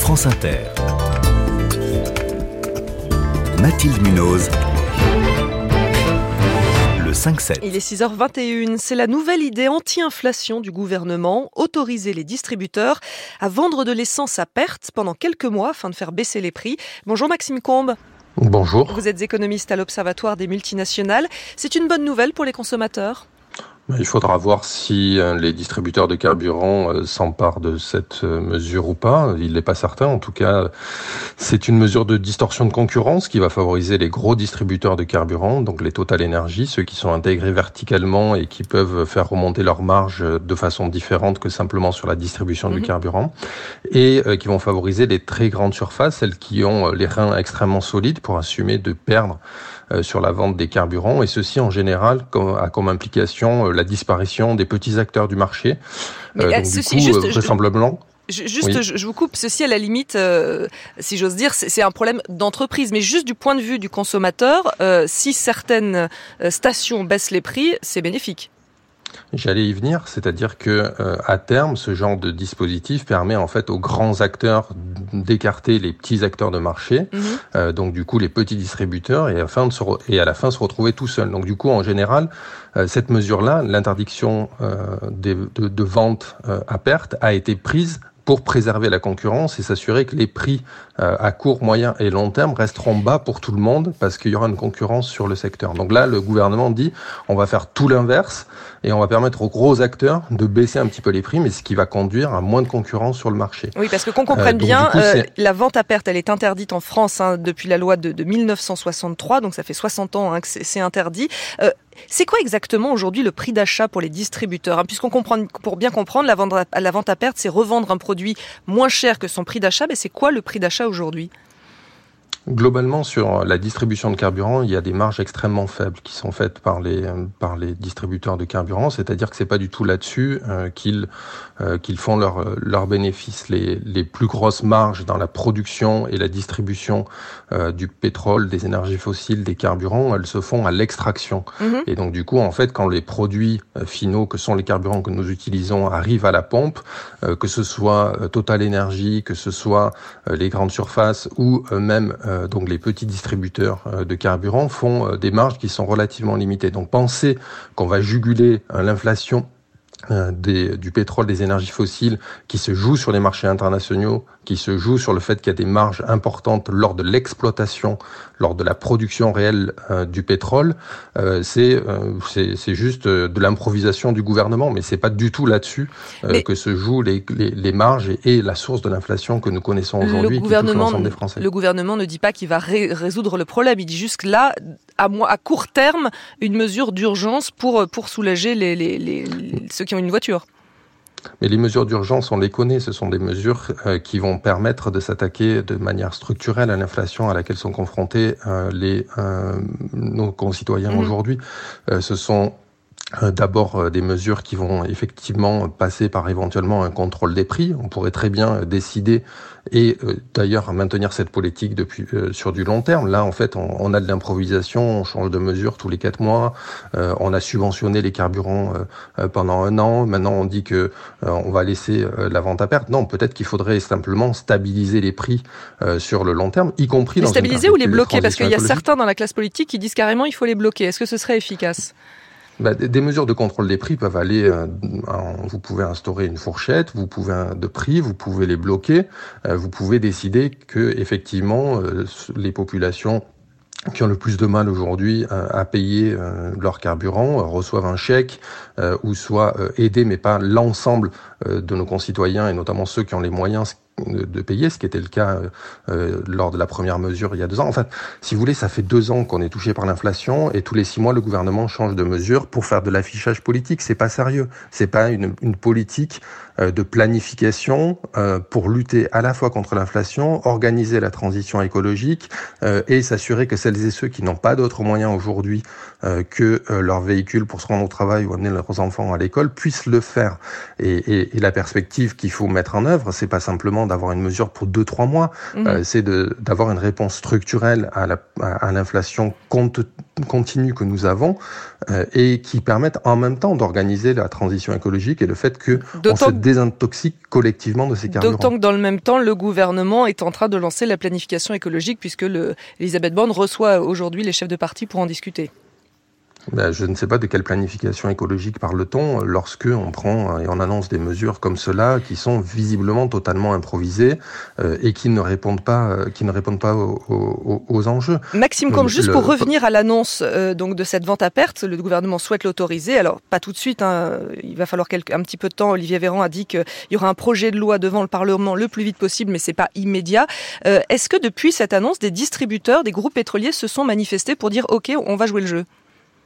France Inter. Mathilde Munoz. Le 5-7. Il est 6h21. C'est la nouvelle idée anti-inflation du gouvernement. Autoriser les distributeurs à vendre de l'essence à perte pendant quelques mois afin de faire baisser les prix. Bonjour Maxime Combes. Bonjour. Vous êtes économiste à l'Observatoire des multinationales. C'est une bonne nouvelle pour les consommateurs ? Il faudra voir si les distributeurs de carburant s'emparent de cette mesure ou pas. Il n'est pas certain. En tout cas, c'est une mesure de distorsion de concurrence qui va favoriser les gros distributeurs de carburant, donc les Total Energy, ceux qui sont intégrés verticalement et qui peuvent faire remonter leurs marges de façon différente que simplement sur la distribution du carburant, et qui vont favoriser les très grandes surfaces, celles qui ont les reins extrêmement solides pour assumer de perdre sur la vente des carburants, et ceci en général a comme implication la disparition des petits acteurs du marché. Donc ceci, du coup, vraisemblablement... Je vous coupe, ceci à la limite, si j'ose dire, c'est un problème d'entreprise, mais juste du point de vue du consommateur, si certaines stations baissent les prix, c'est bénéfique. J'allais y venir, c'est-à-dire que à terme, ce genre de dispositif permet en fait aux grands acteurs d'écarter les petits acteurs de marché, donc du coup les petits distributeurs, et à la fin se retrouver tout seuls. Donc du coup, en général, cette mesure-là, l'interdiction de vente à perte, a été prise pour préserver la concurrence et s'assurer que les prix à court, moyen et long terme resteront bas pour tout le monde parce qu'il y aura une concurrence sur le secteur. Donc là, le gouvernement dit on va faire tout l'inverse et on va permettre aux gros acteurs de baisser un petit peu les prix, mais ce qui va conduire à moins de concurrence sur le marché. Oui, parce que qu'on comprenne bien, la vente à perte, elle est interdite en France depuis la loi de 1963, donc ça fait 60 ans que c'est interdit. C'est quoi exactement aujourd'hui le prix d'achat pour les distributeurs, puisqu'on comprend, pour bien comprendre, la vente à perte, c'est revendre un produit moins cher que son prix d'achat, mais c'est quoi le prix d'achat aujourd'hui ? Globalement, sur la distribution de carburant, il y a des marges extrêmement faibles qui sont faites par les distributeurs de carburant, c'est-à-dire que c'est pas du tout là-dessus qu'ils font leurs bénéfices. Les plus grosses marges dans la production et la distribution du pétrole, des énergies fossiles, des carburants, elles se font à l'extraction. Et donc du coup, en fait, quand les produits finaux, que sont les carburants que nous utilisons, arrivent à la pompe, que ce soit Total Energy, que ce soit les grandes surfaces ou même donc les petits distributeurs de carburant font des marges qui sont relativement limitées. Donc penser qu'on va juguler l'inflation du pétrole, des énergies fossiles qui se joue sur les marchés internationaux, qui se joue sur le fait qu'il y a des marges importantes lors de l'exploitation, lors de la production réelle du pétrole, c'est juste de l'improvisation du gouvernement, mais c'est pas du tout là-dessus que se jouent les marges et la source de l'inflation que nous connaissons aujourd'hui et qui touche l'ensemble des Français. Le gouvernement ne dit pas qu'il va résoudre le problème, il dit juste que là, à court terme, une mesure d'urgence pour soulager ceux qui ont une voiture. Mais les mesures d'urgence, on les connaît, ce sont des mesures qui vont permettre de s'attaquer de manière structurelle à l'inflation à laquelle sont confrontés nos concitoyens aujourd'hui. Ce sont d'abord des mesures qui vont effectivement passer par éventuellement un contrôle des prix. On pourrait très bien décider et d'ailleurs maintenir cette politique sur du long terme. Là, en fait, on a de l'improvisation, on change de mesure tous les 4 mois. On a subventionné les carburants pendant 1 an. Maintenant, on dit que on va laisser la vente à perte. Non, peut-être qu'il faudrait simplement stabiliser les prix sur le long terme, y compris dans stabiliser ou les bloquer, parce qu'il y a certains dans la classe politique qui disent carrément il faut les bloquer. Est-ce que ce serait efficace ? Des mesures de contrôle des prix peuvent aller, vous pouvez instaurer une fourchette, vous pouvez de prix, vous pouvez les bloquer, vous pouvez décider que effectivement les populations qui ont le plus de mal aujourd'hui à payer leur carburant reçoivent un chèque ou soient aidés, mais pas l'ensemble de nos concitoyens et notamment ceux qui ont les moyens de payer, ce qui était le cas lors de la première mesure il y a 2 ans. Enfin, si vous voulez, ça fait 2 ans qu'on est touché par l'inflation et tous les 6 mois, le gouvernement change de mesure pour faire de l'affichage politique. C'est pas sérieux. C'est pas une politique de planification pour lutter à la fois contre l'inflation, organiser la transition écologique et s'assurer que celles et ceux qui n'ont pas d'autres moyens aujourd'hui que leur véhicule pour se rendre au travail ou amener leurs enfants à l'école puisse le faire. Et la perspective qu'il faut mettre en œuvre, c'est pas simplement d'avoir une mesure pour 2-3 mois, c'est d'avoir une réponse structurelle à l'inflation continue que nous avons et qui permette en même temps d'organiser la transition écologique et le fait qu'on se désintoxique collectivement de ces carburants. D'autant que dans le même temps, le gouvernement est en train de lancer la planification écologique puisque Elisabeth Borne reçoit aujourd'hui les chefs de parti pour en discuter. Je ne sais pas de quelle planification écologique parle-t-on lorsque on prend et on annonce des mesures comme cela qui sont visiblement totalement improvisées et qui ne répondent pas aux enjeux. Maxime Combe, juste pour revenir à l'annonce donc de cette vente à perte, le gouvernement souhaite l'autoriser. Alors pas tout de suite, il va falloir un petit peu de temps. Olivier Véran a dit qu'il y aura un projet de loi devant le Parlement le plus vite possible, mais c'est pas immédiat. Est-ce que depuis cette annonce, des distributeurs, des groupes pétroliers se sont manifestés pour dire OK, on va jouer le jeu?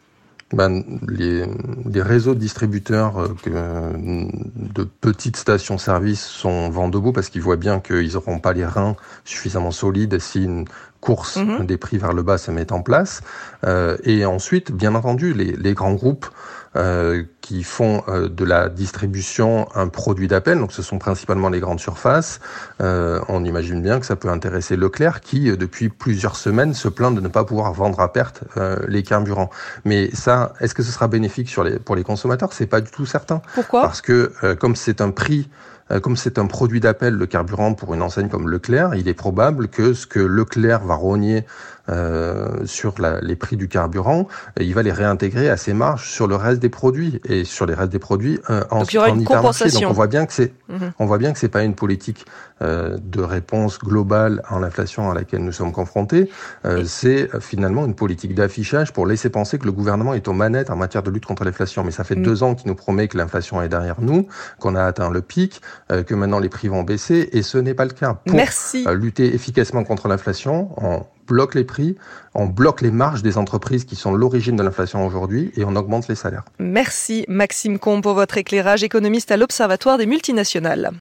Les réseaux de distributeurs de petites stations-service sont vent debout parce qu'ils voient bien qu'ils n'auront pas les reins suffisamment solides si une course des prix vers le bas se met en place. Et ensuite, bien entendu, les grands groupes qui font de la distribution un produit d'appel, donc ce sont principalement les grandes surfaces. On imagine bien que ça peut intéresser Leclerc qui, depuis plusieurs semaines, se plaint de ne pas pouvoir vendre à perte les carburants. Mais ça, est-ce que ce sera bénéfique pour les consommateurs ? C'est pas du tout certain. Pourquoi ? Parce que comme c'est un produit d'appel, le carburant, pour une enseigne comme Leclerc, il est probable que ce que Leclerc va rogner sur les prix du carburant, il va les réintégrer à ses marges sur le reste des produits et sur les restes des produits en hypermarché. Donc on voit bien que c'est pas une politique de réponse globale à l'inflation à laquelle nous sommes confrontés. C'est finalement une politique d'affichage pour laisser penser que le gouvernement est aux manettes en matière de lutte contre l'inflation. Mais ça fait 2 ans qu'il nous promet que l'inflation est derrière nous, qu'on a atteint le pic, que maintenant les prix vont baisser, et ce n'est pas le cas. Pour lutter efficacement contre l'inflation, on bloque les prix, on bloque les marges des entreprises qui sont l'origine de l'inflation aujourd'hui et on augmente les salaires. Merci Maxime Combe pour votre éclairage, économiste à l'Observatoire des multinationales.